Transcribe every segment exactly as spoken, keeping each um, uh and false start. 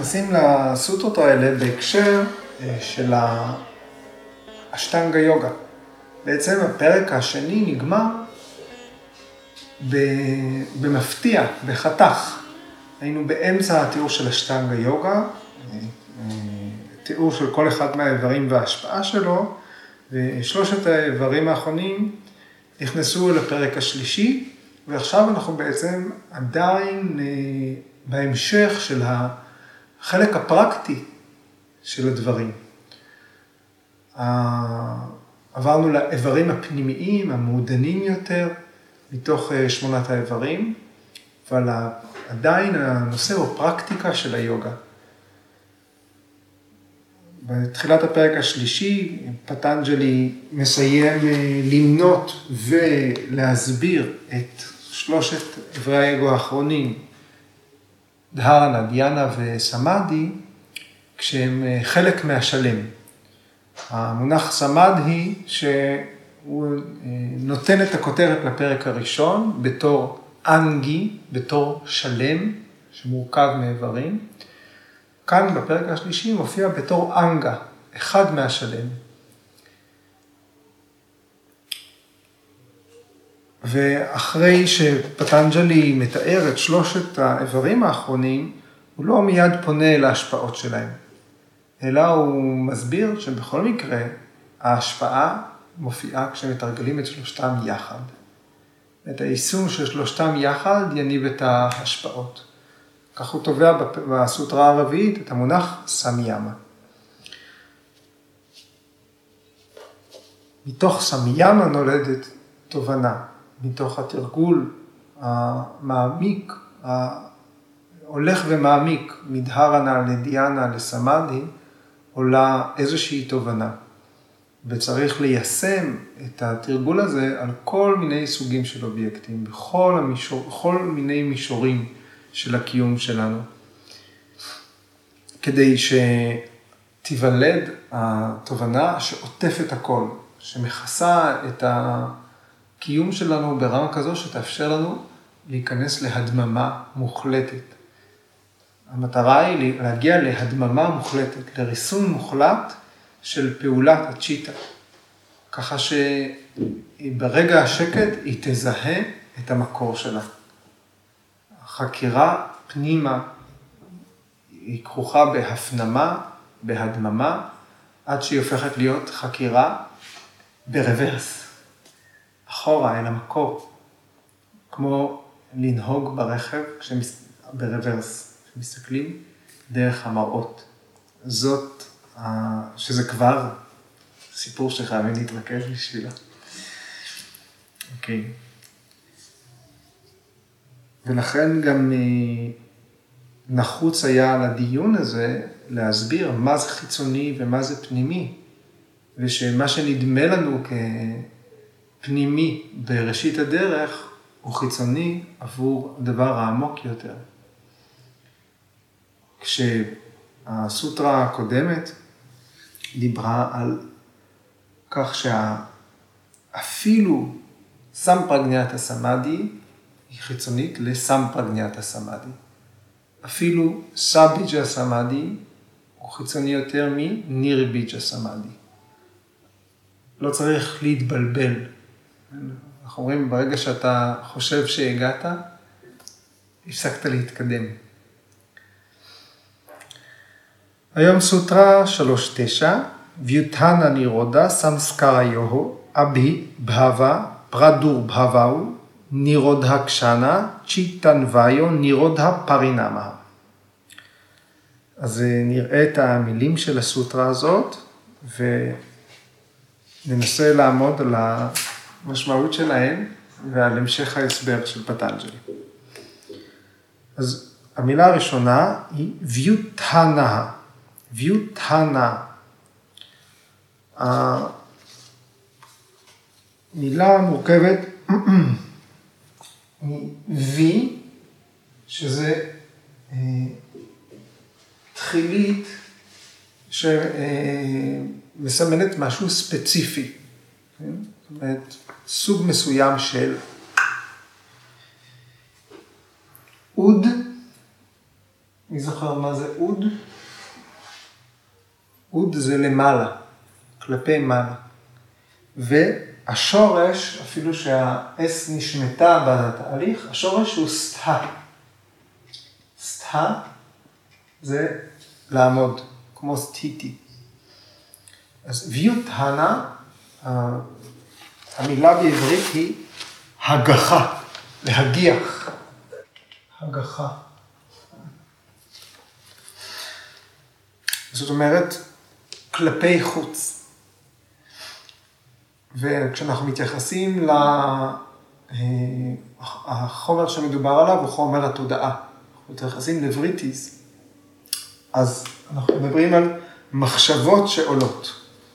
נכנסים לסוטרות האלה בהקשר של האשטנגה יוגה. בעצם הפרק השני נגמר במפתיע, בחתך. היינו באמצע התיאור של אשטנגה יוגה, תיאור של כל אחד מהאיברים וההשפעה שלו, ושלושת האיברים האחרונים נכנסו לפרק השלישי, ועכשיו אנחנו בעצם עדיין בהמשך של החלק הפרקטי של הדברים. עברנו לאיברים הפנימיים, המעודנים יותר, מתוך שמונת האיברים, אבל עדיין הנושא הוא פרקטיקה של היוגה. בתחילת הפרק השלישי, פטנג'לי מסיים למנות ולהסביר את שלושת איברי האגו האחרונים, דהרנה, דיאנה וסמאדי, כשהם חלק מהשלם. המונח סמאדי שהוא נותן את הכותרת לפרק הראשון בתור אנגי, בתור שלם שמורכב מאיברים. כאן בפרק השלישי מופיע בתור אנגה, אחד מהשלם. ואחרי שפטנג'לי מתאר את שלושת האיברים האחרונים, הוא לא מיד פונה להשפעות שלהם, אלא הוא מסביר שבכל מקרה ההשפעה מופיעה כשמתרגלים את שלושתם יחד. את היישום של שלושתם יחד יניב את ההשפעות. כך הוא תובע בסוטרה הרביעית את המונח סמיאמה. מתוך סמיאמה נולדת תובנה, מתוך התרגול המעמיק, ההולך ומעמיק מדהרנה לדיאנה לסמאדי, עולה איזושהי תובנה. וצריך ליישם את התרגול הזה על כל מיני סוגים של אובייקטים, בכל, המישור, בכל מיני מישורים של הקיום שלנו. כדי שתיוולד התובנה שעוטפת הכל, שמכסה את הקיום שלנו ברמה כזו שתאפשר לנו להיכנס להדממה מוחלטת. המטרה היא להגיע להדממה מוחלטת, לריסון מוחלט של פעולת הצ'יטה. ככה שברגע השקט היא תזהה את המקור שלה. החקירה פנימה היא כרוכה בהפנמה, בהדממה, עד שהיא הופכת להיות חקירה ברוורס, אחורה אל המקור, כמו לנהוג ברכב ברוורס, כשמסתכלים דרך המראות. זאת, שזה כבר סיפור שחייבים להתרכז בשבילה. אוקיי. ולכן גם נחוץ היה לדיון הזה להסביר מה זה חיצוני ומה זה פנימי, ושמה שנדמה לנו כפנימי בראשית הדרך הוא חיצוני עבור הדבר העמוק יותר. כשהסוטרה הקודמת דיברה על כך שאפילו סמפרגניאטה סמאדי היא חיצונית לסמפרגניאטה סמאדי. אפילו סביג'ה סמאדי הוא חיצוני יותר מנירביג'ה סמאדי. לא צריך להתבלבל. אנחנו אומרים, ברגע שאתה חושב שהגעת, הפסקת להתקדם. היום סוטרה שלוש תשע, ויוטהנה נירודה סמסקרה יוהו, אבי בהווה, פרדור בהווהו, נירודה קשנה, צ'יטן ויו, נירודה פרינמה. אז נראה את המילים של הסוטרה הזאת, וננסה לעמוד על המשמעות שלהן, ועל המשך ההסבר של פטנג'לי. אז המילה הראשונה היא ויוטהנה. ויוטהנה. המילה מורכבת מ-וי, שזה תחילית שמסמנת משהו ספציפי. זאת אומרת, סוג מסוים של אוד מי זוכר מה זה אוד? אוד זה למעלה, כלפי מעלה. והשורש, אפילו שהאס נשמטה בתהליך, השורש הוא סטה. סטה זה לעמוד, כמו סטיטי. אז ויוטהנה, המילה בעברית היא הגחה, להגיח. הגחה. זאת אומרת, כלפי חוץ. וכשאנחנו מתייחסים לחומר שמדובר עליו, הוא חומר התודעה. אנחנו מתייחסים לבריטיז. אז אנחנו מדברים על מחשבות שעולות.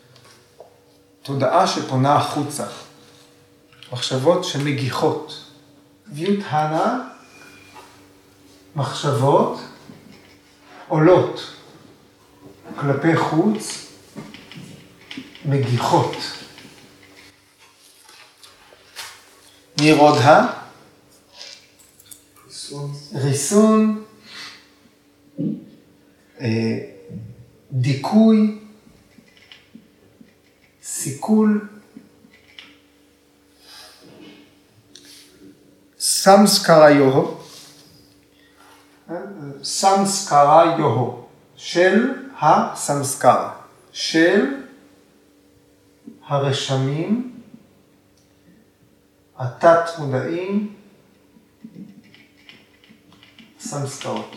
תודעה שפונה החוצה. מחשבות שמגיחות. ויוטהנה, מחשבות עולות. כלפי חוץ, מגיחות. נירודה, ריסון, דיכוי, סיכול, סמסקרה יוהו, סמסקרה יוהו, של הסמסקרה, של הרשמים, התת מודעים, סמסקרות.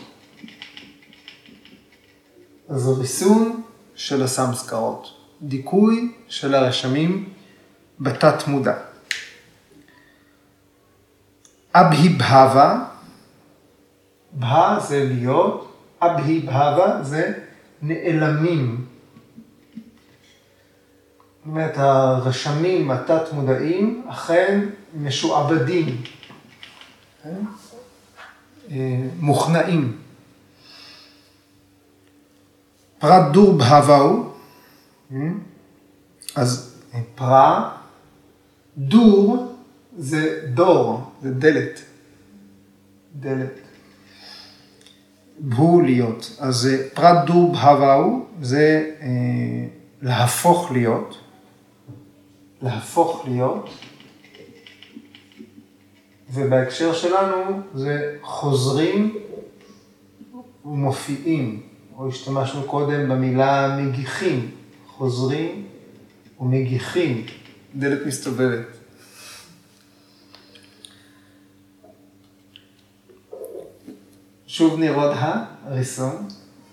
אז ריסון של הסמסקרות, דיכוי של הרשמים בתת מודע. אבהיבהבה, בה זה להיות, אבהיבהבה זה נעלמים. זאת אומרת, הרשמים התת מודעים אכן משועבדים, מוכנעים. פרט דור בהבאו, אז פרה, דור זה דור, זה דלת, דלת. בהו להיות, אז פרט דור בהבאו זה אה, להפוך להיות, להפוך להיות, ובהקשר שלנו זה חוזרים ומופיעים, או השתמשנו קודם במילה מגיחים, חוזרים ומגיחים, דלת מסתובבת. שוב נירודה, ריסון.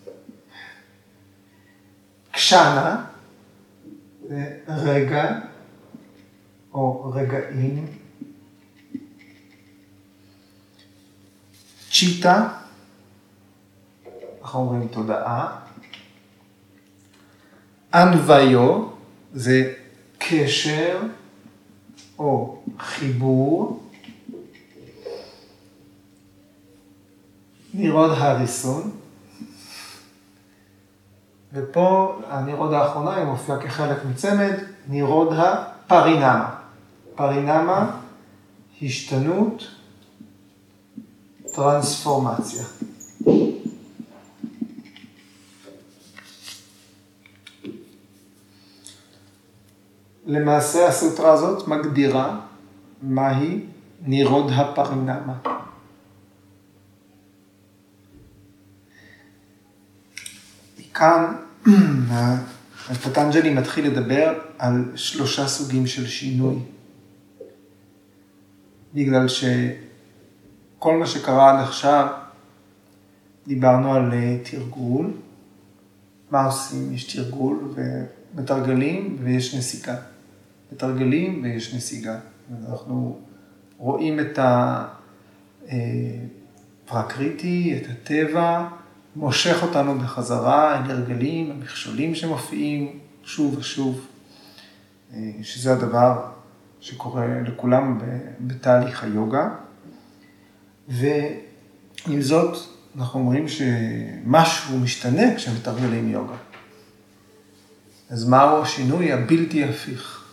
קשנה, זה רגע או רגעים. צ'יטה, אנחנו אומרים תודעה. אנוויו, זה קשר או חיבור. נירוד הריסון. ופה הנירוד האחרונה היא מופיעה כחלק מצמד, נירוד הפרינמה. פרינמה, השתנות, טרנספורמציה. למעשה הסוטרה הזאת מגדירה מהי נירוד הפרינמה. כאן פטנג'לי מתחיל לדבר על שלושה סוגים של שינוי. בגלל שכל מה שקרה עד עכשיו, דיברנו על תרגול. מה עושים? יש תרגול ומתרגלים ויש נסיגה. מתרגלים ויש נסיגה. אנחנו רואים את הפרקריטי, את הטבע, מושך אותנו בחזרה, ההרגלים, המכשולים שמופיעים שוב ושוב, שזה הדבר שקורה לכולם בתהליך היוגה. ועם זאת, אנחנו אומרים שמשהו משתנה כשמתרגלים יוגה. אז מהו השינוי הבלתי הפיך?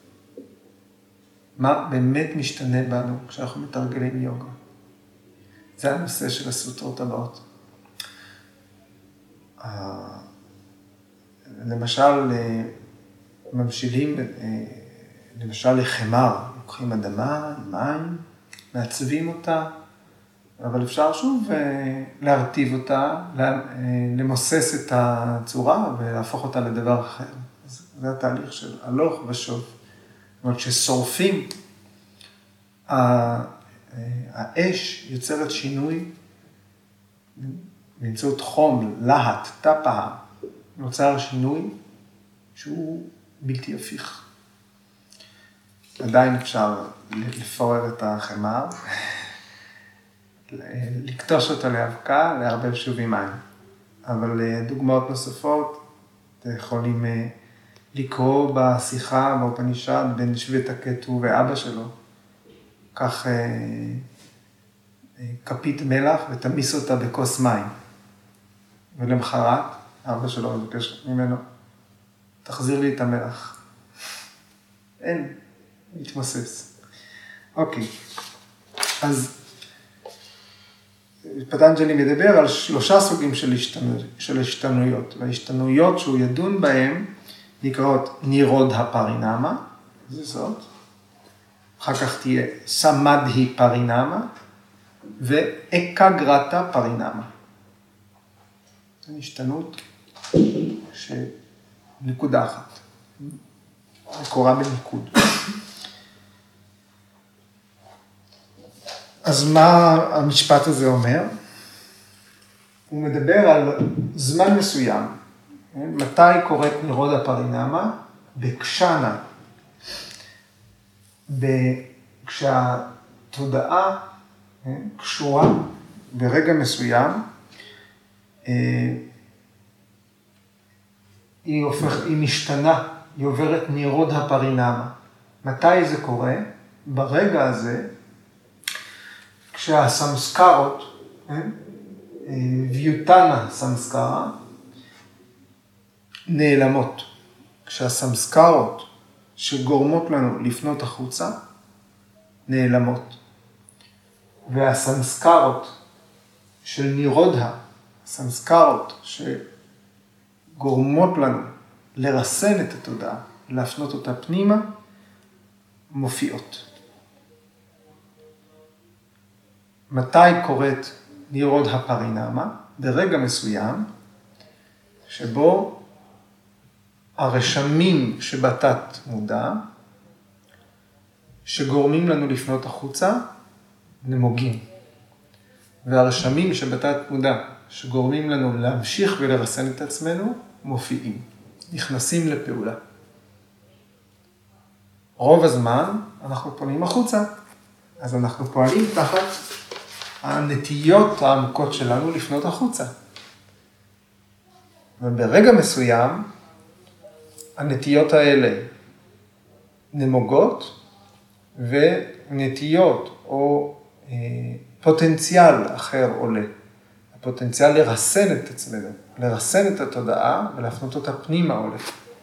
מה באמת משתנה בנו כשאנחנו מתרגלים יוגה? זה הנושא של הסוטרות הבאות. למשל, ממשילים, למשל לחמר, לוקחים אדמה עם מים, מעצבים אותה, אבל אפשר שוב להרטיב אותה, למוסס את הצורה ולהפוך אותה לדבר אחר. זה התהליך של הלוך ושוב. זאת אומרת, כששורפים, האש יוצרת שינוי באמצעות חום, להט, טפה, נוצר שינוי שהוא בלתי הפיך. עדיין אפשר לפורר את החמר, לקטוש אותה לאבקה, לערבב שוב עם מים. אבל דוגמאות נוספות, אתם יכולים לקרוא בשיחה באופנישד בין שבט הקטו ואבא שלו, כך כפית מלח ותמיס אותה בכוס מים. ולמחרת, אבא שלו מבקש ממנו, תחזיר לי את המלח. אין, מתמוסס. אוקיי, אז פטנג'לי מדבר על שלושה סוגים של, השתנו, של השתנויות, וההשתנויות שהוא ידון בהן נקראות נירוד הפרינמה, זה זאת, אחר כך תהיה סמדהי פרינמה, ואקגרטה פרינמה. זו השתנות של נקודה אחת, מקורה בניקוד. אז מה המשפט הזה אומר? הוא מדבר על זמן מסוים. מתי קורית נירוד הפרינמה? בקשנה. כשהתודעה קשורה ברגע מסוים, היא, הופך, היא משתנה, היא עוברת נירוד הפרינמה. מתי זה קורה? ברגע הזה, כשהסמסקרות, ויוטנה סמסקרה, נעלמות. כשהסמסקרות שגורמות לנו לפנות החוצה, נעלמות. והסמסקרות של נירודה, הסמסקרות שגורמות לנו לרסן את התודעה, להפנות אותה פנימה, מופיעות. מתי קורית נירוד הפרינמה? ברגע מסוים, שבו הרשמים שבתת מודע, שגורמים לנו לפנות החוצה, נמוגים. והרשמים שבתת מודע, שגורמים לנו להמשיך ולרסן את עצמנו, מופיעים, נכנסים לפעולה. רוב הזמן אנחנו פונים החוצה, אז אנחנו פועלים תחת הנטיות העמוקות שלנו לפנות החוצה. וברגע מסוים, הנטיות האלה נמוגות, ונטיות או אה, פוטנציאל אחר עולה. הפוטנציאל לרסן את עצמנו, לרסן את התודעה ולהפנות אותה פנימה עולה.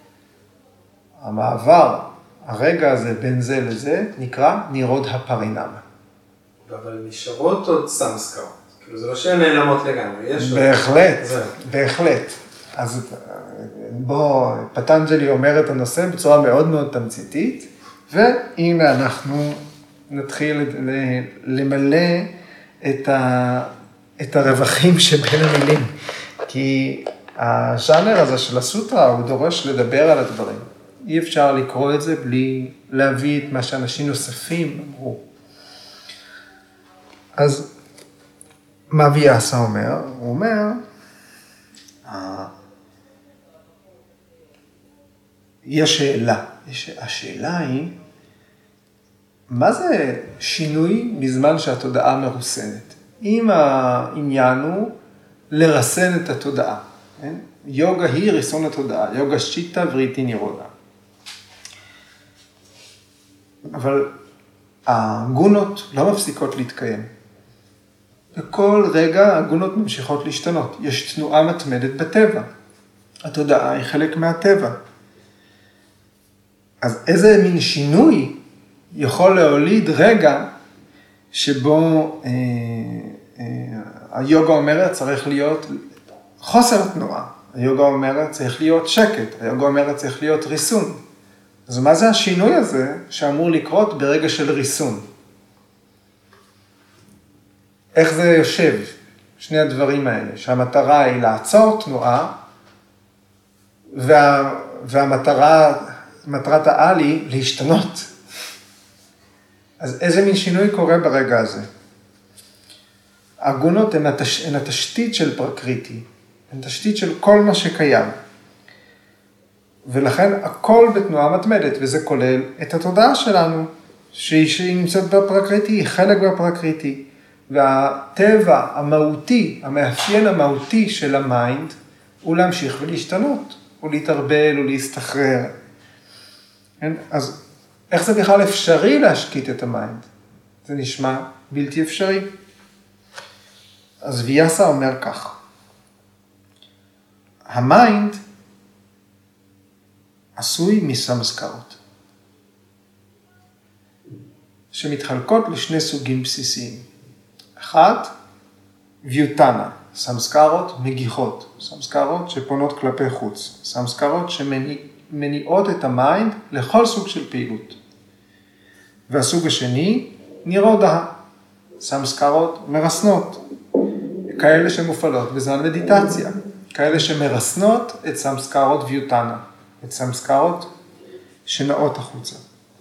המעבר, הרגע הזה בין זה לזה, נקרא נירוד הפרינמה. אבל נשארות עוד סמסקרות. כאילו זה לא שהן נעלמות לגמרי, יש... בהחלט, בהחלט. אז בוא, פטנג'לי אומר את הנושא בצורה מאוד מאוד תמציתית, והנה אנחנו נתחיל למלא את, ה, את הרווחים שבין המילים. כי הז'אנר הזה של הסוטרה הוא דורש לדבר על הדברים. אי אפשר לקרוא את זה בלי להביא את מה שאנשים נוספים אמרו. אז מה ויאסה אומר? הוא אומר, יש שאלה. השאלה היא, מה זה שינוי בזמן שהתודעה מרוסנת? אם העניין הוא לרסן את התודעה. כן? יוגה היא ריסון התודעה, יוגה שיטה וריטי נירודה. אבל הגונות לא מפסיקות להתקיים. בכל רגע הגונות ממשיכות להשתנות. יש תנועה מתמדת בטבע. התודעה היא חלק מהטבע. אז איזה מין שינוי יכול להוליד רגע שבו אה, אה, היוגה אומרת צריך להיות חוסר תנועה. היוגה אומרת צריך להיות שקט, היוגה אומרת צריך להיות ריסון. אז מה זה השינוי הזה שאמור לקרות ברגע של ריסון? איך זה יושב? שני הדברים האלה, שהמטרה היא לעצור תנועה, וה, והמטרה, מטרת העל היא להשתנות. אז איזה מין שינוי קורה ברגע הזה? הגונות הן, התש, הן התשתית של פרקריטי, הן תשתית של כל מה שקיים. ולכן הכל בתנועה מתמדת, וזה כולל את התודעה שלנו, שהיא, שהיא נמצאת בפרקריטי, היא חלק בפרקריטי. והטבע המהותי, המאפיין המהותי של המיינד, הוא להמשיך ולהשתנות, הוא להתערבל, הוא להסתחרר. כן? אז איך זה בכלל אפשרי להשקיט את המיינד? זה נשמע בלתי אפשרי. אז ויאסה אומר כך, המיינד עשוי מסמסקרות, שמתחלקות לשני סוגים בסיסיים. אחד, ויוטנה, סמסקרות מגיחות, סמסקרות שפונות כלפי חוץ, סמסקרות שמניעות את המיינד לכל סוג של פעילות. והסוג השני, נירודה, סמסקרות מרסנות, כאלה שמופעלות בזמן מדיטציה, כאלה שמרסנות את סמסקרות ויוטנה, את סמסקרות שנעות החוצה.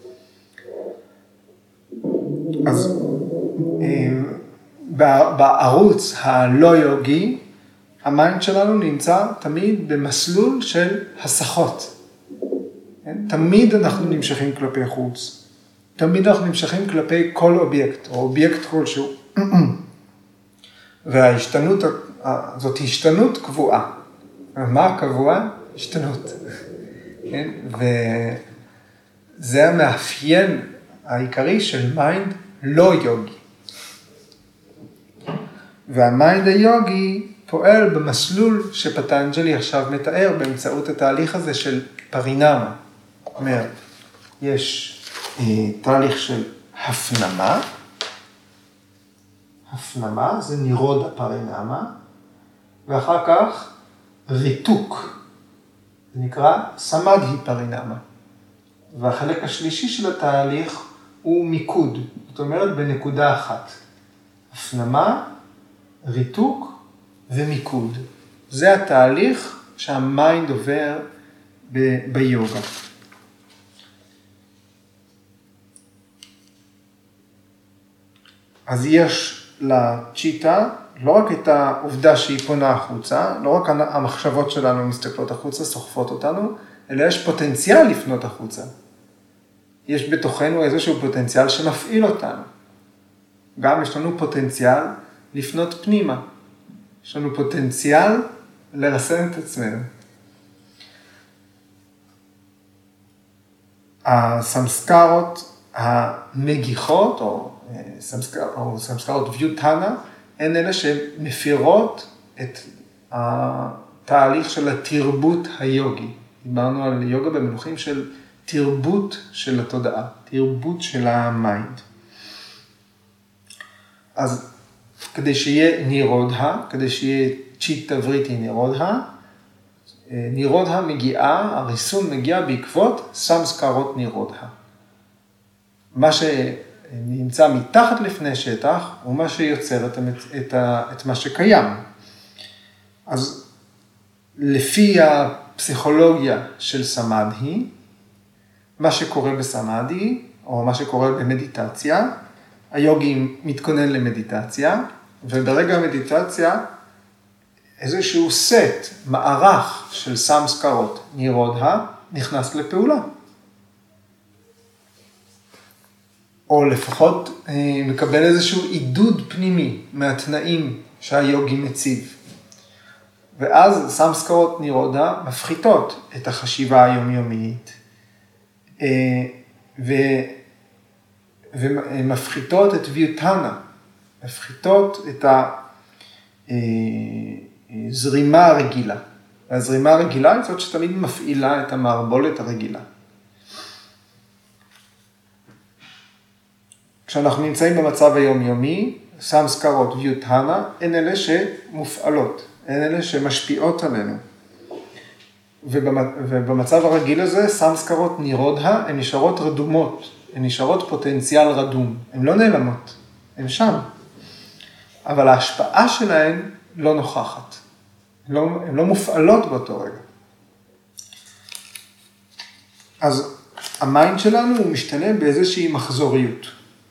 אז בערוץ הלא יוגי, המיינד שלנו נמצא תמיד במסלול של הסחות. תמיד אנחנו נמשכים כלפי חוץ. תמיד אנחנו נמשכים כלפי כל אובייקט, או אובייקט כלשהו. וההשתנות, זאת השתנות קבועה. מה הקבוע? השתנות. וזה המאפיין העיקרי של מיינד לא יוגי. והמיינד היוגי פועל במסלול שפטנג'לי עכשיו מתאר באמצעות התהליך הזה של פרינמה. זאת אומרת, יש אה, תהליך של הפנמה, הפנמה זה נירוד הפרינמה, ואחר כך ריתוק, זה נקרא סמדהי פרינמה. והחלק השלישי של התהליך הוא מיקוד, זאת אומרת בנקודה אחת. הפנמה, ריתוק ומיקוד. זה התהליך שהמיינד עובר ב- ביוגה. אז יש לצ'יטה לא רק את העובדה שהיא פונה החוצה, לא רק המחשבות שלנו מסתכלות החוצה, סוחפות אותנו, אלא יש פוטנציאל לפנות החוצה. יש בתוכנו איזשהו פוטנציאל שמפעיל אותנו. גם יש לנו פוטנציאל לפנות פנימה. יש לנו פוטנציאל לרסן את עצמנו. הסמסקרות המגיחות, או, סמסקר, או סמסקרות ויוטנה, הן אלה שמפירות את התהליך של התרבות היוגי. דיברנו על יוגה במונחים של תרבות של התודעה, תרבות של המיינד. אז כדי שיהיה נירודה, כדי שיהיה צ'יטה וריטי נירודה, נירודה מגיעה, הריסון מגיע בעקבות סמסקרות נירודה. מה שנמצא מתחת לפני שטח, הוא מה שיוצר את, את, את מה שקיים. אז לפי הפסיכולוגיה של סמדהי, מה שקורה בסמדהי, או מה שקורה במדיטציה, היוגי מתכונן למדיטציה, וברגע המדיטציה, איזשהו סט, מערך של סמסקרות נירודה, נכנס לפעולה. או לפחות מקבל איזשהו עידוד פנימי מהתנאים שהיוגי מציב. ואז סמסקרות נירודה מפחיתות את החשיבה היומיומית, ומפחיתות את ויוטנה, מפחיתות את הזרימה הרגילה. והזרימה הרגילה היא זאת שתמיד מפעילה את המערבולת הרגילה. כשאנחנו נמצאים במצב היומיומי, סמסקרות ויוטנה הן אלה שמופעלות, הן אלה שמשפיעות עלינו. ובמצב הרגיל הזה, סמסקרות נירודה, הן נשארות רדומות, הן נשארות פוטנציאל רדום, הן לא נעלמות, הן שם. אבל ההשפעה שלהן לא נוכחת, הן לא, הן לא מופעלות באותו רגע. אז המיינד שלנו הוא משתנה באיזושהי מחזוריות.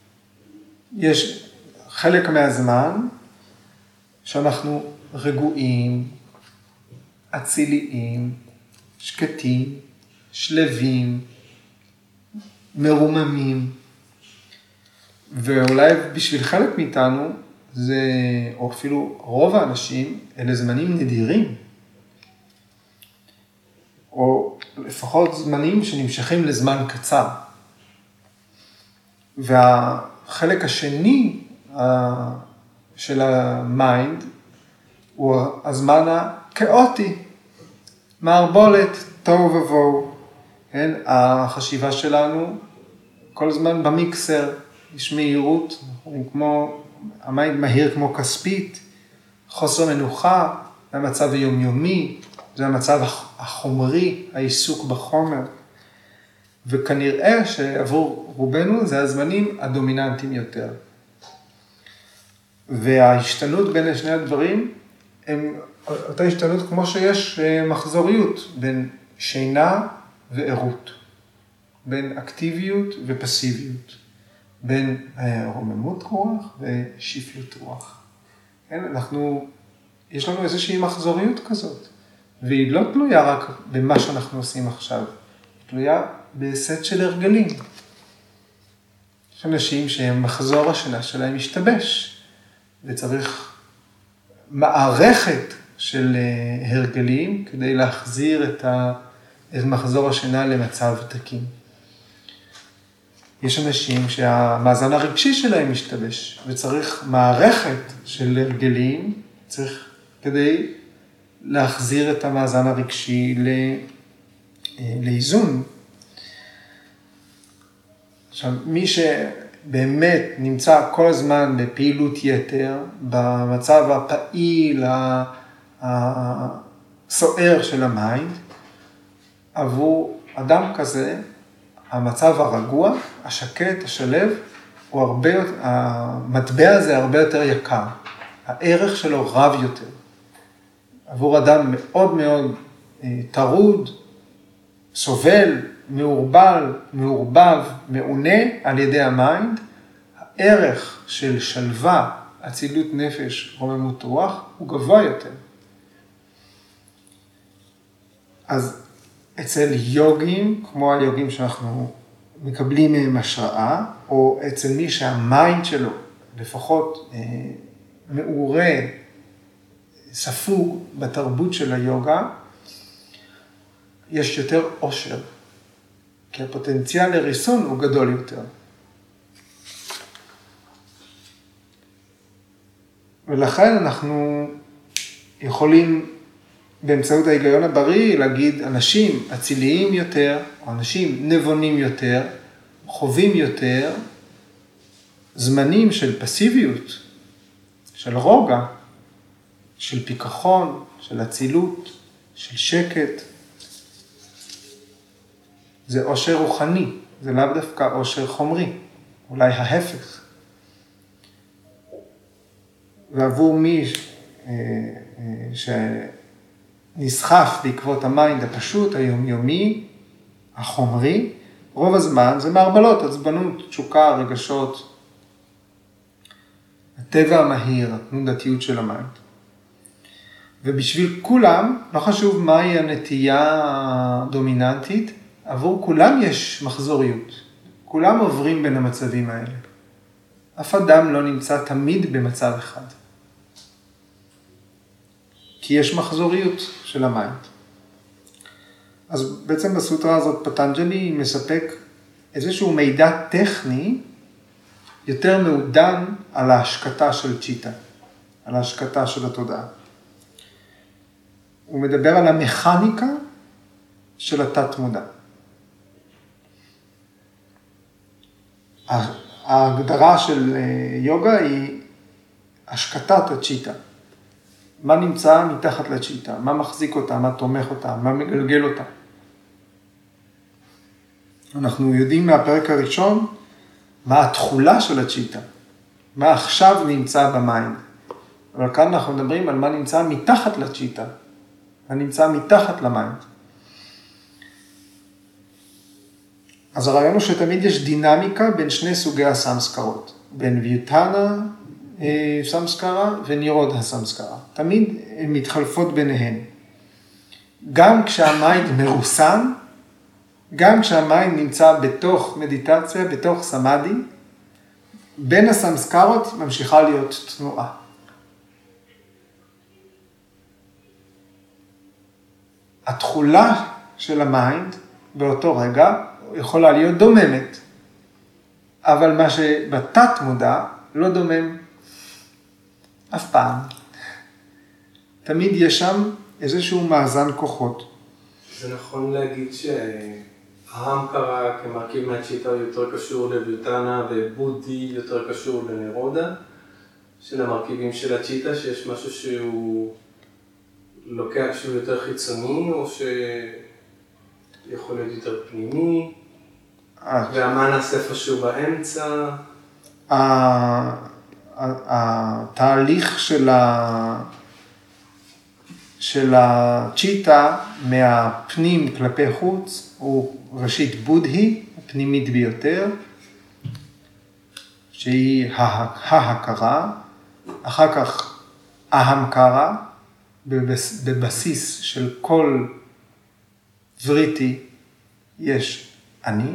יש חלק מהזמן שאנחנו רגועים, אציליים, שקטים, שלווים, מרוממים, ואולי בשביל חלק מאיתנו, זה, או אפילו רוב האנשים, אלה זמנים נדירים, או לפחות זמנים שנמשכים לזמן קצר. והחלק השני של המיינד, הוא הזמן הכאוטי, מערבולת, תוהו ובוהו, כן? החשיבה שלנו כל הזמן במיקסר, יש מהירות, כמו, המיינד מהיר כמו כספית, חוסר מנוחה, זה המצב היומיומי, זה המצב החומרי, העיסוק בחומר, וכנראה שעבור רובנו זה הזמנים הדומיננטיים יותר. וההשתנות בין שני הדברים, הם אותה השתנות כמו שיש מחזוריות בין שינה וערות, בין אקטיביות ופסיביות, בין רוממות רוח ושפלות רוח. כן, אנחנו, יש לנו איזושהי מחזוריות כזאת, והיא לא תלויה רק במה שאנחנו עושים עכשיו, היא תלויה בסט של הרגלים. יש אנשים שמחזור השינה שלהם משתבש, וצריך מערכת של הרגלים כדי להחזיר את, ה, את מחזור השינה למצב תקין. יש אנשים שהמאזן הרגשי שלהם משתבש, וצריך מערכת של הרגלים, צריך כדי להחזיר את המאזן הרגשי לאיזון. עכשיו, מי שבאמת נמצא כל הזמן בפעילות יתר, במצב הפעיל, הסוער של המיינד, עבור אדם כזה, המצב הרגוע, השקט, השלב, הוא הרבה, המטבע הזה הרבה יותר יקר. הערך שלו רב יותר. עבור אדם מאוד מאוד טרוד, סובל, מעורבל, מעורבב, מעונה על ידי המיינד, הערך של שלווה, אצילות נפש, רוממות רוח, הוא גבוה יותר. אז אצל יוגים, כמו היוגים שאנחנו מקבלים מהם השראה, או אצל מי שהמיינד שלו לפחות אה, מעורה, ספוג בתרבות של היוגה, יש יותר עושר, כי הפוטנציאל לריסון הוא גדול יותר. ולכן אנחנו יכולים באמצעות ההיגיון הבריא להגיד אנשים אציליים יותר, או אנשים נבונים יותר, חווים יותר, זמנים של פסיביות, של רוגע, של פיקחון, של אצילות, של שקט. זה עושר רוחני, זה לאו דווקא עושר חומרי, אולי ההפך. ועבור מי שנסחף בעקבות המיינד הפשוט, היומיומי, החומרי, רוב הזמן זה מערבלות, עצבנות, תשוקה, רגשות, הטבע המהיר, התנודתיות של המיינד. ובשביל כולם, לא חשוב מהי הנטייה הדומיננטית, עבור כולם יש מחזוריות. כולם עוברים בין המצבים האלה. אף אדם לא נמצא תמיד במצב אחד. כי יש מחזוריות של המיינד. אז בעצם בסוטרה הזאת פטנג'לי מספק איזשהו מידע טכני יותר מעודן על ההשקטה של צ'יטה, על ההשקטה של התודעה. הוא מדבר על המכניקה של התת מודע. ההגדרה של יוגה היא השקטת הצ'יטה. מה נמצא מתחת לצ'יטה, מה מחזיק אותה, מה תומך אותה, מה מגלגל אותה. אנחנו יודעים מהפרק הראשון מה התחולה של הצ'יטה, מה עכשיו נמצא במיינד. אבל כאן אנחנו מדברים על מה נמצא מתחת לצ'יטה, מה נמצא מתחת למיינד. אז הרעיון הוא שתמיד יש דינמיקה בין שני סוגי הסמסקרות, בין ויוטנה סמסקרה ונירוד הסמסקרה. תמיד הן מתחלפות ביניהן. גם כשהמיינד מרוסן, גם כשהמיינד נמצא בתוך מדיטציה, בתוך סמאדי, בין הסמסקרות ממשיכה להיות תנועה. התחולה של המיינד באותו רגע יכולה להיות דוממת, אבל מה שבתת מודע לא דומם אף פעם. תמיד יש שם איזשהו מאזן כוחות. זה נכון להגיד שההמקרה כמרכיב מהצ'יטה הוא יותר קשור לויוטנה ובודי יותר קשור לנירודה, של המרכיבים של הצ'יטה, שיש משהו שהוא לוקח שהוא יותר חיצוני או שיכול להיות יותר פנימי, והמנס איפשהו באמצע. התהליך של ה... של הצ'יטה מהפנים כלפי חוץ הוא ראשית בודהי, הפנימית ביותר, שהיא ההכרה, אחר כך ההמקרה, בבסיס של כל וריטי יש אני,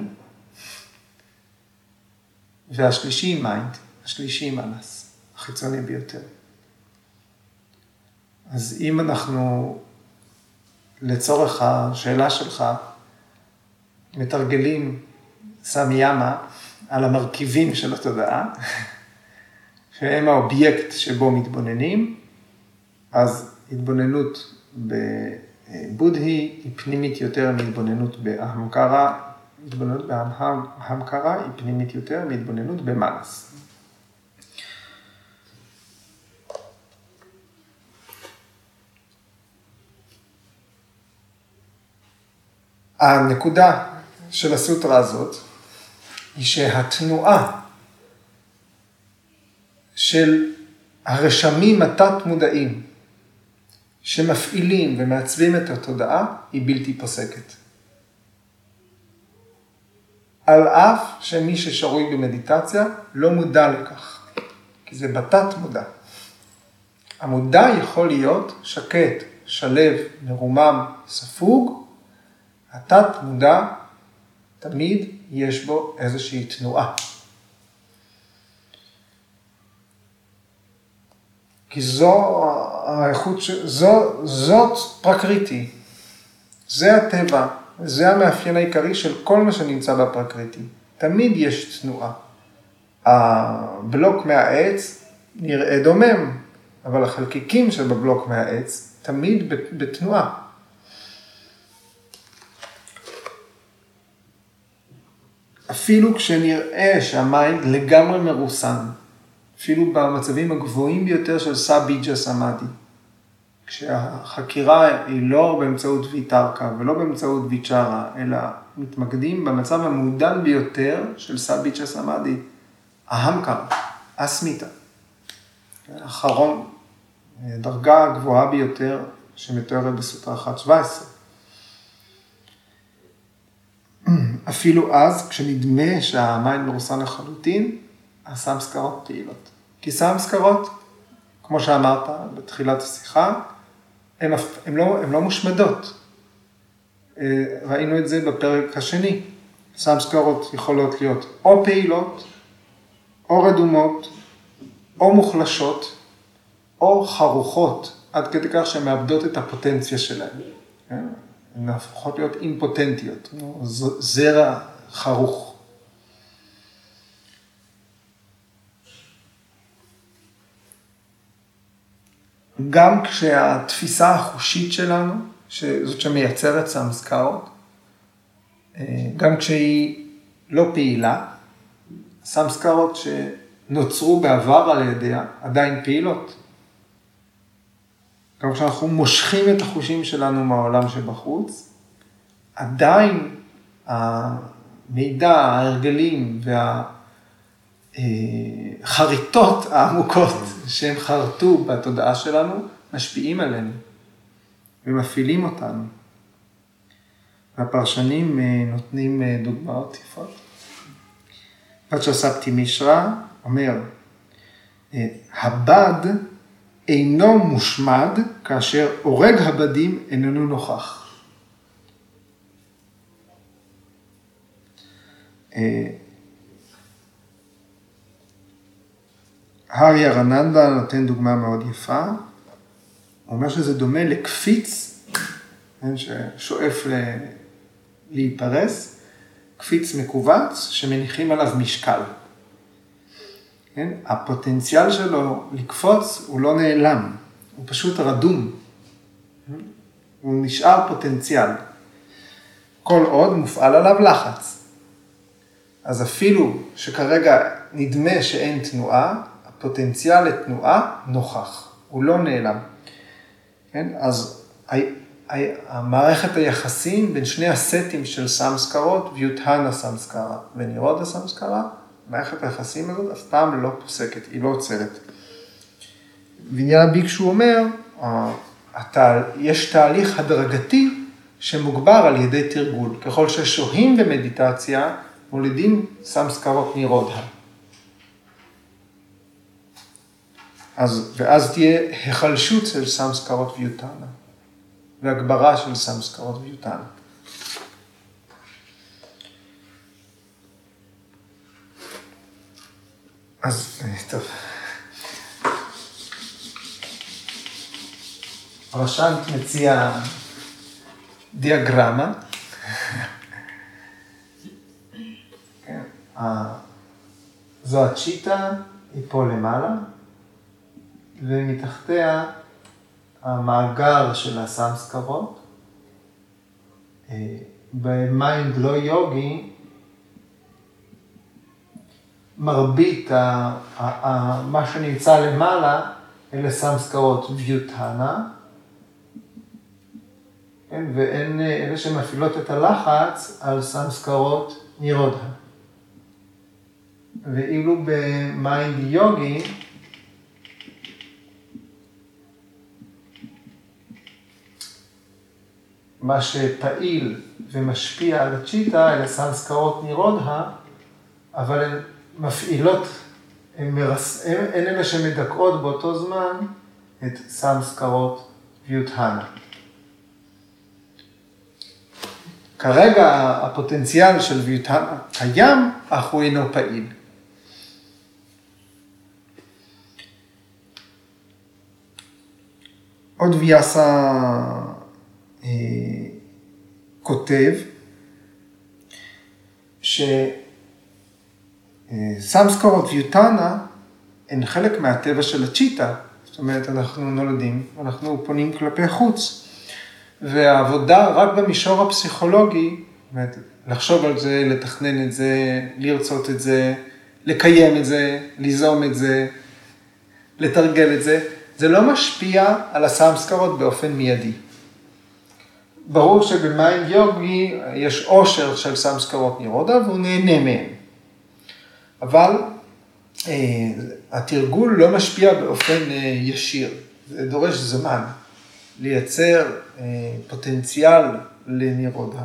והשלישי מיינד, השלישי מנס, החיצוני ביותר. אז אם אנחנו, לצורך השאלה שלך, מתרגלים סמיאמה על המרכיבים של התודעה, שהם האובייקט שבו מתבוננים, אז התבוננות בבודהי היא פנימית יותר מהתבוננות בהמקרה, התבוננות בהמקרה היא פנימית יותר מהתבוננות במנס. הנקודה של הסוטרה הזאת היא שהתנועה של הרשמים התת מודעים שמפעילים ומעצבים את התודעה היא בלתי פוסקת. על אף שמי ששרוי במדיטציה לא מודע לכך, כי זה בתת מודע. המודע יכול להיות שקט, שלב, מרומם, ספוג, התת מודע תמיד יש בו איזושהי תנועה. כי זו האיכות, זו, זאת פרקריטי, זה הטבע, זה המאפיין העיקרי של כל מה שנמצא בפרקריטי. תמיד יש תנועה. הבלוק מהעץ נראה דומם, אבל החלקיקים שבבלוק מהעץ תמיד בתנועה. אפילו כשנראה שהמיינד לגמרי מרוסן, אפילו במצבים הגבוהים ביותר של סאביג'ה סמאדי, כשהחקירה היא לא באמצעות ויתרקה ולא באמצעות ויצ'רה, אלא מתמקדים במצב המעודן ביותר של סאביג'ה סמאדי, ההמקרה, הסמיתה. האחרון, דרגה הגבוהה ביותר שמתוארת בסוטרה אחת שבע עשרה. אפילו אז, כשנדמה שהמיינד מרוסן לחלוטין, הסמסקרות פעילות. כי סמסקרות, כמו שאמרת בתחילת השיחה, הן לא, לא מושמדות. ראינו את זה בפרק השני. סמסקרות יכולות להיות או פעילות, או רדומות, או מוחלשות, או חרוכות, עד כדי כך שהן מאבדות את הפוטנציה שלהן. הן הופכות להיות אימפוטנטיות, זרע חרוך. גם כשהתפיסה החושית שלנו, זאת שמייצרת סמסקרות, גם כשהיא לא פעילה, סמסקרות שנוצרו בעבר על ידיה עדיין פעילות. גם כשאנחנו מושכים את החושים שלנו מהעולם שבחוץ, עדיין המידע, ההרגלים והחריטות העמוקות שהם חרטו בתודעה שלנו, משפיעים עלינו ומפעילים אותנו. והפרשנים נותנים דוגמאות יפות. פצ'ספטי מישרה אומר, הבד אינו מושמד כאשר הורג הבדים איננו נוכח. הריה רננדה נותן דוגמה מאוד יפה. הוא אומר שזה דומה לקפיץ, ששואף להיפרס, קפיץ מקובץ שמניחים עליו משקל. כן? הפוטנציאל שלו לקפוץ הוא לא נעלם, הוא פשוט רדום. הוא נשאר פוטנציאל. כל עוד מופעל עליו לחץ. אז אפילו שכרגע נדמה שאין תנועה, הפוטנציאל לתנועה נוכח, הוא לא נעלם. כן? אז המערכת היחסים בין שני הסטים של סמסקרות, ויוטהנה סמסקרה ונירודה סמסקרה, מערכת היחסים הזאת אף פעם לא פוסקת, היא לא עוצרת. ועניין הביקשו אומר, יש תהליך הדרגתי שמוגבר על ידי תרגול. ככל ששוהים במדיטציה, מולידים סמסקרות נירודה. אז, ואז תהיה החלשות של סמסקרות ויוטהנה, והגברה של סמסקרות ויוטהנה. אז, טוב. הרש"נט מציע דיאגרמה. זו הצ'יטה, היא פה למעלה, ומתחתיה המאגר של הסמסקרות. במיינד לא יוגי, מרבית ה, ה, ה, מה שנמצא למעלה, אלה סמסקרות ויוטהנה, כן? והן אלה שמפעילות את הלחץ על סמסקרות נירודה. ואילו במיינד יוגי, מה שפעיל ומשפיע על הצ'יטה, אלה סמסקרות נירודה, אבל הן מפעילות, הן, מרס... הן אלה שמדכאות באותו זמן את סמסקרות ויוטהנה. כרגע הפוטנציאל של ויוטהנה קיים, אך הוא אינו פעיל. עוד ויאסה אה, כותב, ש... סמסקרות ויוטהנה הן חלק מהטבע של הצ'יטה, זאת אומרת אנחנו נולדים, אנחנו פונים כלפי חוץ, והעבודה רק במישור הפסיכולוגי, זאת אומרת, לחשוב על זה, לתכנן את זה, לרצות את זה, לקיים את זה, ליזום את זה, לתרגל את זה, זה לא משפיע על הסמסקרות באופן מיידי. ברור שבמיינד יוגי יש עושר של סמסקרות נירודה והוא נהנה מהן. אבל אה, התרגול לא משפיע באופן אה, ישיר, זה דורש זמן לייצר אה, פוטנציאל לנירודה.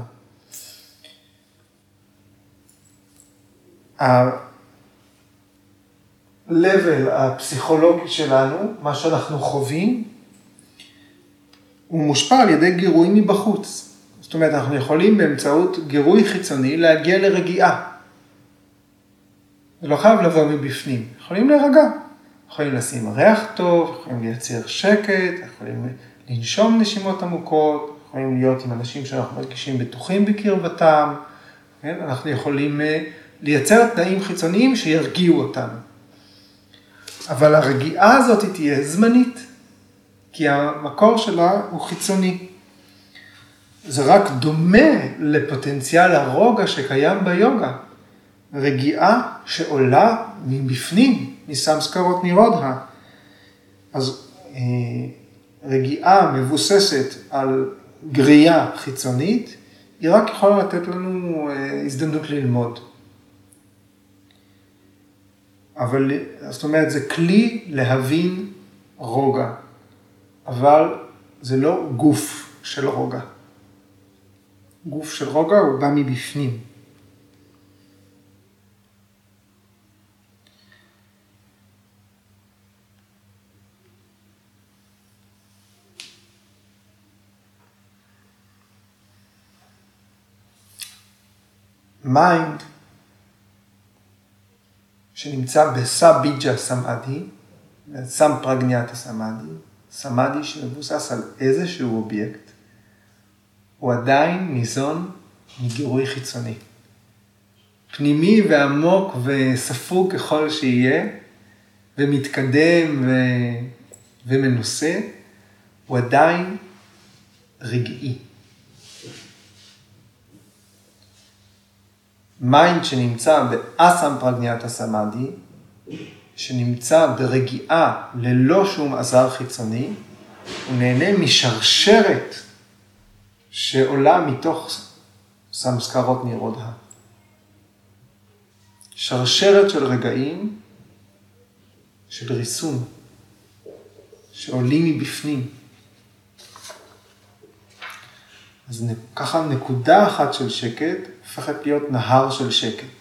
ה-level הפסיכולוגי שלנו, מה שאנחנו חווים, הוא מושפע על ידי גירויים מבחוץ. זאת אומרת, אנחנו יכולים באמצעות גירוי חיצוני להגיע לרגיעה. זה לא חייב לבוא מבפנים, יכולים להירגע, יכולים לשים ריח טוב, יכולים לייצר שקט, יכולים לנשום נשימות עמוקות, יכולים להיות עם אנשים שאנחנו מרגישים בטוחים בקרבתם, כן? אנחנו יכולים לייצר תנאים חיצוניים שירגיעו אותנו. אבל הרגיעה הזאת תהיה זמנית, כי המקור שלה הוא חיצוני. זה רק דומה לפוטנציאל הרוגע שקיים ביוגה. רגיעה שעולה מבפנים, מסמסקרות נירודה. אז רגיעה מבוססת על גריעה חיצונית, היא רק יכולה לתת לנו הזדמנות ללמוד. אבל, זאת אומרת, זה כלי להבין רוגע, אבל זה לא גוף של רוגע. גוף של רוגע הוא בא מבפנים. מיינד שנמצא בסביג'ה סמאדי, סם פרגניאטה סמאדי, סמאדי שמבוסס על איזשהו אובייקט, הוא עדיין ניזון מגירוי חיצוני. פנימי ועמוק וספוג ככל שיהיה, ומתקדם ו... ומנוסה, הוא עדיין רגעי. מיינד שנמצא באסם פרגניאטה סמאדי, שנמצא ברגיעה ללא שום עזר חיצוני, הוא נהנה משרשרת שעולה מתוך סמסקרות נירודה. שרשרת של רגעים של ריסון, שעולים מבפנים. אז ככה נקודה אחת של שקט הופכת להיות נהר של שקט.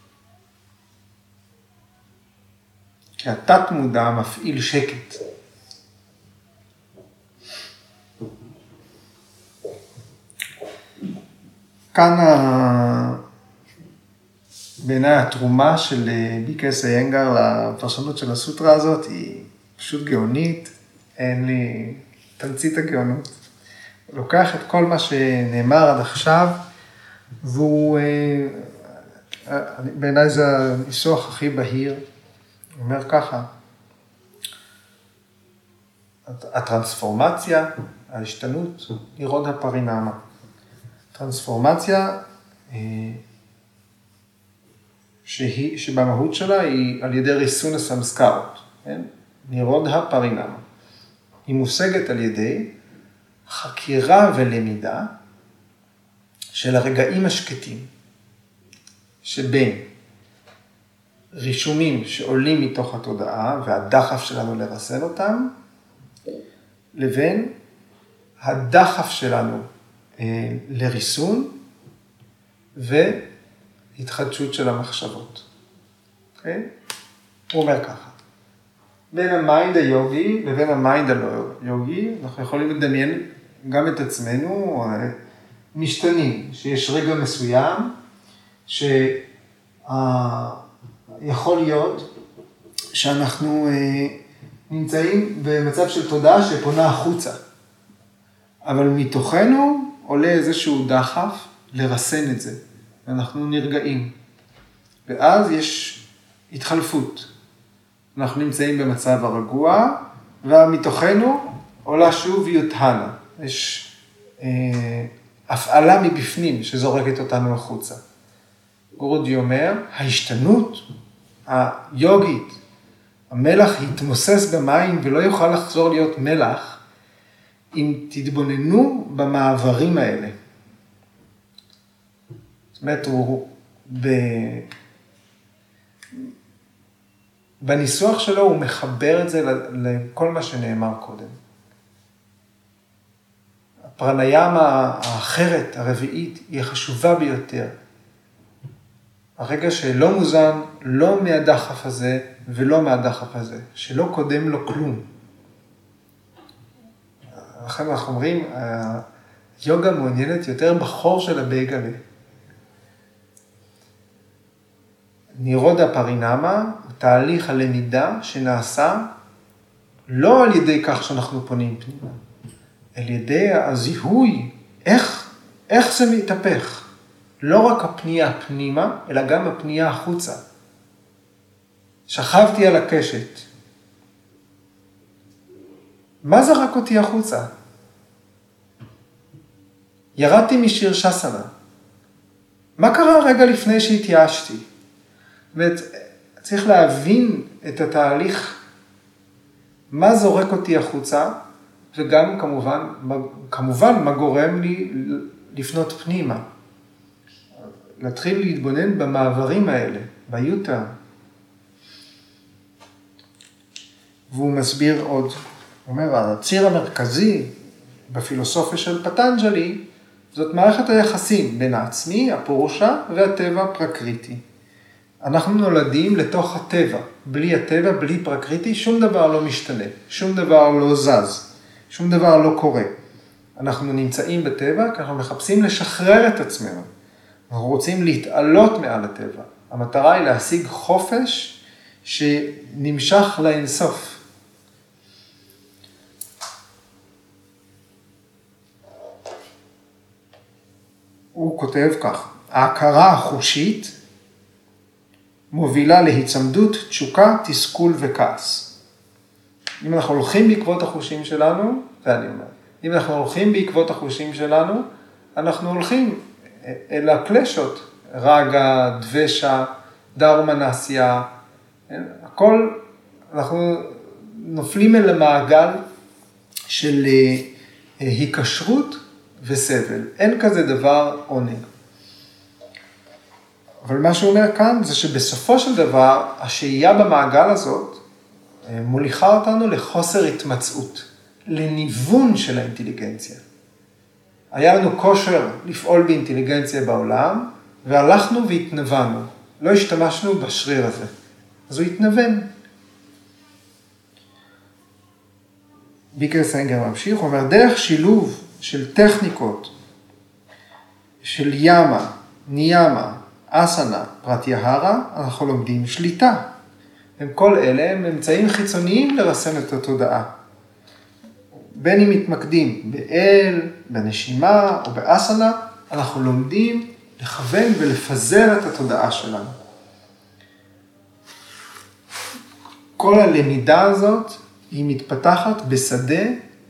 כי התת מודע מפעיל שקט. כאן בעיניי התרומה של ביקס איינגר לפרשנות של הסוטרה הזאת היא פשוט גאונית, אין לי תמצית הגאונות. הוא לוקח את כל מה שנאמר עד עכשיו, והוא, בעיניי זה הניסוח הכי בהיר, הוא אומר ככה, הטרנספורמציה, ההשתנות, נירוד הפרינמה. טרנספורמציה שהיא, שבמהות שלה היא על ידי ריסון הסמסקרות, כן? נירוד הפרינמה. היא מושגת על ידי חקירה ולמידה של הרגעים השקטים, שבין רישומים שעולים מתוך התודעה והדחף שלנו לרסן אותם, לבין הדחף שלנו אה, לריסון והתחדשות של המחשבות. Okay? הוא אומר ככה, בין המיינד היוגי לבין המיינד הלא יוגי, אנחנו יכולים לדמיין גם את עצמנו משתנים, שיש רגע מסוים שיכול להיות שאנחנו נמצאים במצב של תודעה שפונה החוצה, אבל מתוכנו עולה איזשהו דחף לרסן את זה, ואנחנו נרגעים, ואז יש התחלפות. אנחנו נמצאים במצב הרגוע, ומתוכנו עולה שוב יוטהנה. יש אה, הפעלה מבפנים שזורקת אותנו החוצה. גורודי אומר, ההשתנות היוגית, המלח יתמוסס במים ולא יוכל לחזור להיות מלח, אם תתבוננו במעברים האלה. זאת אומרת, הוא ב... בניסוח שלו הוא מחבר את זה לכל מה שנאמר קודם. הפרניאמה האחרת, הרביעית, היא החשובה ביותר. הרגע שלא מוזן, לא מהדחף הזה ולא מהדחף הזה, שלא קודם לו כלום. לכן אנחנו אומרים, היוגה מעוניינת יותר בחור של הבייגלה. נירודה פרינמה הוא תהליך הלמידה שנעשה לא על ידי כך שאנחנו פונים פנימה, על ידי הזיהוי, איך, איך זה מתהפך. לא רק הפנייה פנימה, אלא גם הפנייה החוצה. שכבתי על הקשת. מה זרק אותי החוצה? ירדתי משיר שסנה. מה קרה רגע לפני שהתייאשתי? זאת צריך להבין את התהליך, מה זורק אותי החוצה, וגם כמובן, כמובן מה גורם לי לפנות פנימה. להתחיל להתבונן במעברים האלה, ביוטה. והוא מסביר עוד, הוא אומר, הציר המרכזי בפילוסופיה של פטנג'לי, זאת מערכת היחסים בין העצמי, הפורושה והטבע הפרקריטי. אנחנו נולדים לתוך הטבע, בלי הטבע, בלי פרקריטי, שום דבר לא משתנה, שום דבר לא זז, שום דבר לא קורה. אנחנו נמצאים בטבע כי אנחנו מחפשים לשחרר את עצמנו. אנחנו רוצים להתעלות מעל הטבע. המטרה היא להשיג חופש שנמשך לאינסוף. הוא כותב כך, ההכרה החושית מובילה להיצמדות, תשוקה, תסכול וכעס. אם אנחנו הולכים בעקבות החושים שלנו, זה אני אומר, אם אנחנו הולכים בעקבות החושים שלנו, אנחנו הולכים אל הקלשות, רגע, דבשה, דרמנסיה, הכל, אנחנו נופלים אל המעגל של היקשרות וסבל. אין כזה דבר עונג. אבל מה שהוא אומר כאן זה שבסופו של דבר, השהייה במעגל הזאת מוליכה אותנו לחוסר התמצאות, לניוון של האינטליגנציה. היה לנו כושר לפעול באינטליגנציה בעולם, והלכנו והתנוונו. לא השתמשנו בשריר הזה. אז הוא התנוון. ביקר סנגר ממשיך, הוא אומר, דרך שילוב של טכניקות, של ימה, ניאמה, אסנה, פרטיהרה, אנחנו לומדים שליטה. הם כל אלה הם אמצעים חיצוניים לרסן את התודעה. בין אם מתמקדים באל, בנשימה או באסנה, אנחנו לומדים לכוון ולפזר את התודעה שלנו. כל הלמידה הזאת היא מתפתחת בשדה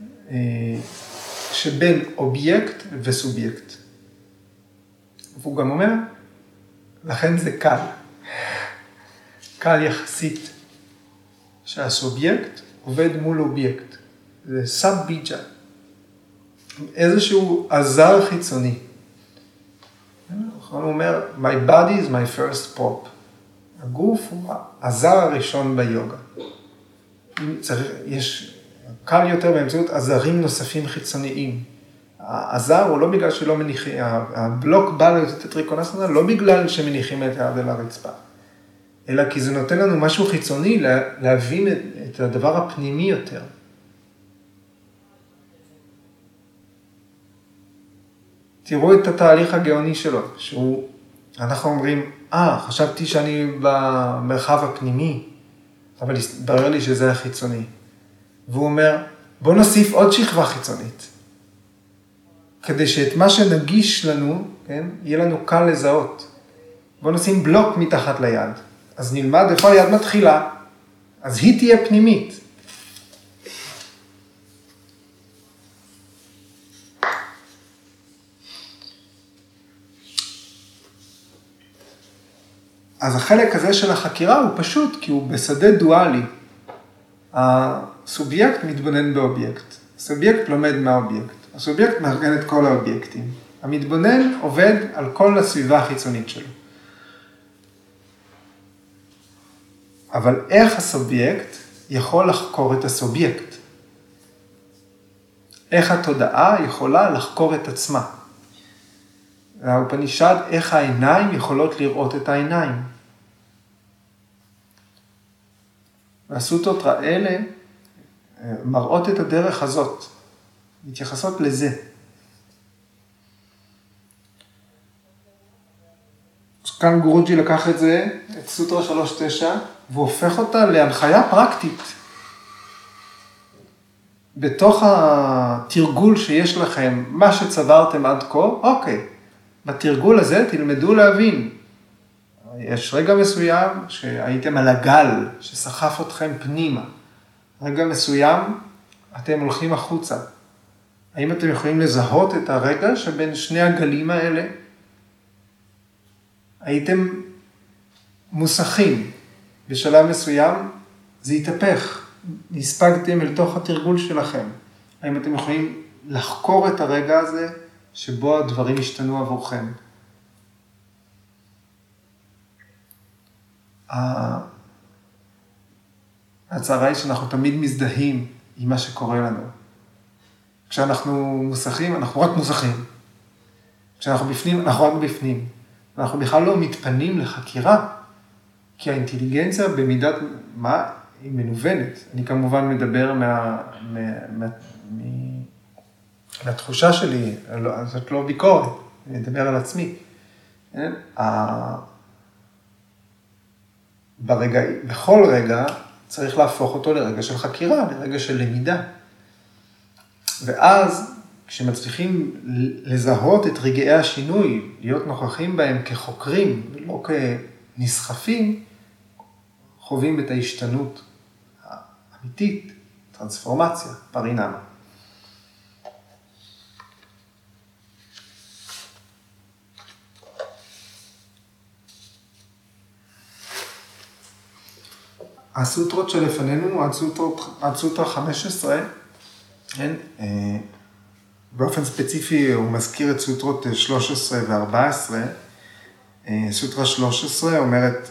שבין אובייקט וסובייקט. והוא גם אומר, לכן זה קל. קל יחסית שהסובייקט עובד מול אובייקט. זה סאב ביג'ה. איזשהו עזר חיצוני. הוא אומר, my body is my first prop. הגוף הוא העזר הראשון ביוגה. צריך, יש קל יותר באמצעות עזרים נוספים חיצוניים. העזר הוא לא בגלל שלא מניחים, הבלוק בא לתת טריקונסנה, לא בגלל שמניחים את היד על הרצפה, אלא כי זה נותן לנו משהו חיצוני להבין את הדבר הפנימי יותר. תראו את התהליך הגאוני שלו, שהוא, אנחנו אומרים, אה, חשבתי שאני במרחב הפנימי, אבל התברר לי שזה החיצוני. והוא אומר, בוא נוסיף עוד שכבה חיצונית, כדי שאת מה שנגיש לנו, כן, יהיה לנו קל לזהות. בוא נשים בלוק מתחת ליד, אז נלמד איפה היד מתחילה, אז היא תהיה פנימית. אז החלק הזה של החקירה הוא פשוט, כי הוא בשדה דואלי. הסובייקט מתבונן באובייקט. הסובייקט לומד מהאובייקט. הסובייקט מארגן את כל האובייקטים. המתבונן עובד על כל הסביבה החיצונית שלו. אבל איך הסובייקט יכול לחקור את הסובייקט? איך התודעה יכולה לחקור את עצמה? האופנישד, איך העיניים יכולות לראות את העיניים? והסוטרות האלה מראות את הדרך הזאת, מתייחסות לזה. כאן גורוג'י לקח את זה, את סוטרה שלוש תשע, והוא הופך אותה להנחיה פרקטית. בתוך התרגול שיש לכם, מה שצברתם עד כה, אוקיי, בתרגול הזה תלמדו להבין. יש רגע מסוים שהייתם על הגל, שסחף אתכם פנימה. רגע מסוים, אתם הולכים החוצה. האם אתם יכולים לזהות את הרגע שבין שני הגלים האלה? הייתם מוסכים. בשלב מסוים זה יתהפך. נספגתם אל תוך התרגול שלכם. האם אתם יכולים לחקור את הרגע הזה שבו הדברים השתנו עבורכם? ההצהרה היא שאנחנו תמיד מזדהים עם מה שקורה לנו. כשאנחנו מוסכים, אנחנו רק מוסכים. כשאנחנו בפנים, אנחנו רק בפנים. אנחנו בכלל לא מתפנים לחקירה, כי האינטליגנציה במידת מה היא מנוונת. אני כמובן מדבר מה, מה, מה, מה, מהתחושה שלי, זאת לא ביקורת, אני מדבר על עצמי. ברגע, בכל רגע צריך להפוך אותו לרגע של חקירה, לרגע של למידה. ואז, כשמצליחים לזהות את רגעי השינוי, להיות נוכחים בהם כחוקרים ולא כנסחפים, חווים את ההשתנות האמיתית, טרנספורמציה, פרינמה. הסוטרות שלפנינו, עד סוטרות, עד סוטרה חמש עשרה, כן? באופן ספציפי הוא מזכיר את סוטרות שלוש עשרה ו-ארבע עשרה. סוטרה שלוש עשרה אומרת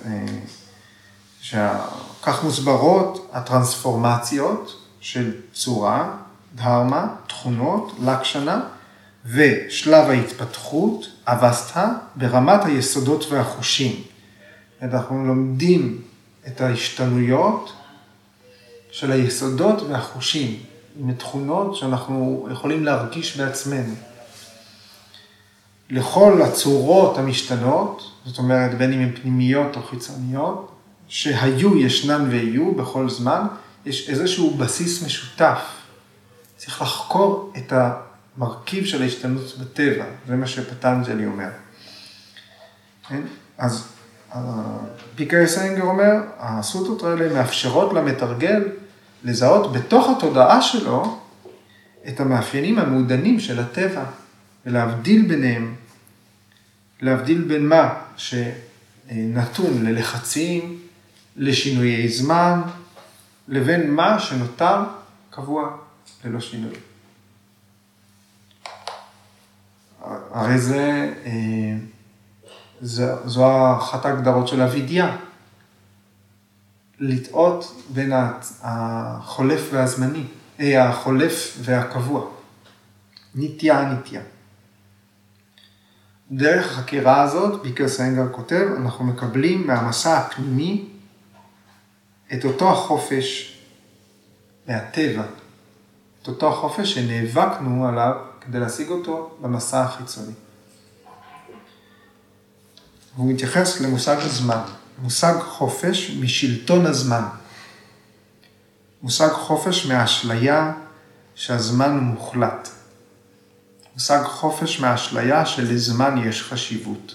שכך מוסברות הטרנספורמציות של צורה, דהרמה, תכונות, לקשנה, ושלב ההתפתחות, אבסטה, ברמת היסודות והחושים. אנחנו לומדים את ההשתנויות של היסודות והחושים, עם תכונות שאנחנו יכולים להרגיש בעצמנו. לכל הצורות המשתנות, זאת אומרת בין אם הן פנימיות או חיצוניות, שהיו, ישנן ויהיו בכל זמן, יש איזשהו בסיס משותף. צריך לחקור את המרכיב של ההשתנות בטבע, זה מה שפטנג'לי אומר. אז פיקר איינגר אומר, הסוטרות האלה מאפשרות למתרגל לזהות בתוך התודעה שלו את המאפיינים המעודנים של הטבע, ולהבדיל ביניהם, להבדיל בין מה שנתון ללחצים, לשינויי זמן, לבין מה שנותר קבוע ללא שינוי. הרי זה, זו אחת ההגדרות של הווידיה. לטעות בין החולף והזמני, החולף והקבוע. ניטיה, ניטיה. דרך החקירה הזאת, פיקר איינגר כותב, אנחנו מקבלים מהמסע הפנימי את אותו החופש מהטבע, את אותו החופש שנאבקנו עליו כדי להשיג אותו במסע החיצוני. הוא מתייחס למושג הזמן, מושג חופש משלטון הזמן, מושג חופש מהאשליה שהזמן הוא מוחלט, מושג חופש מהאשליה שלזמן יש חשיבות.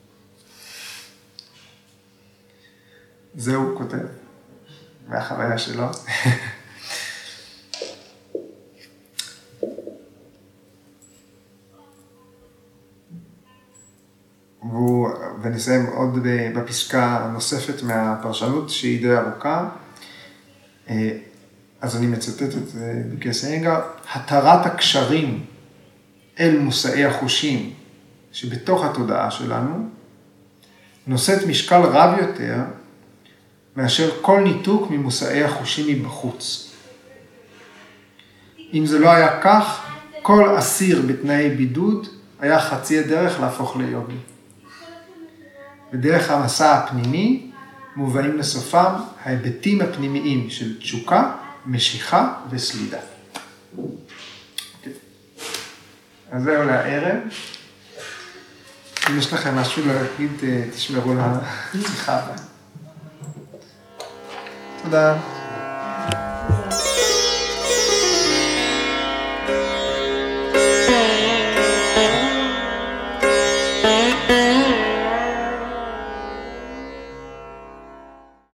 זהו הוא כותב, מהחוויה שלו. ונסיים עוד בפסקה הנוספת מהפרשנות שהיא די ארוכה. אז אני מצטט את פיקר איינגר, התרת הקשרים אל מושאי החושים שבתוך התודעה שלנו, נושאת משקל רב יותר מאשר כל ניתוק ממושאי החושים מבחוץ. אם זה לא היה כך, כל אסיר בתנאי בידוד היה חצי הדרך להפוך ליוגי. בדרך המסע הפנימי מובאים לסופם ההיבטים הפנימיים של תשוקה, משיכה וסלידה. אז זהו לערב. אם יש לכם משהו להגיד, תשמרו לשיחה הבאה. תודה.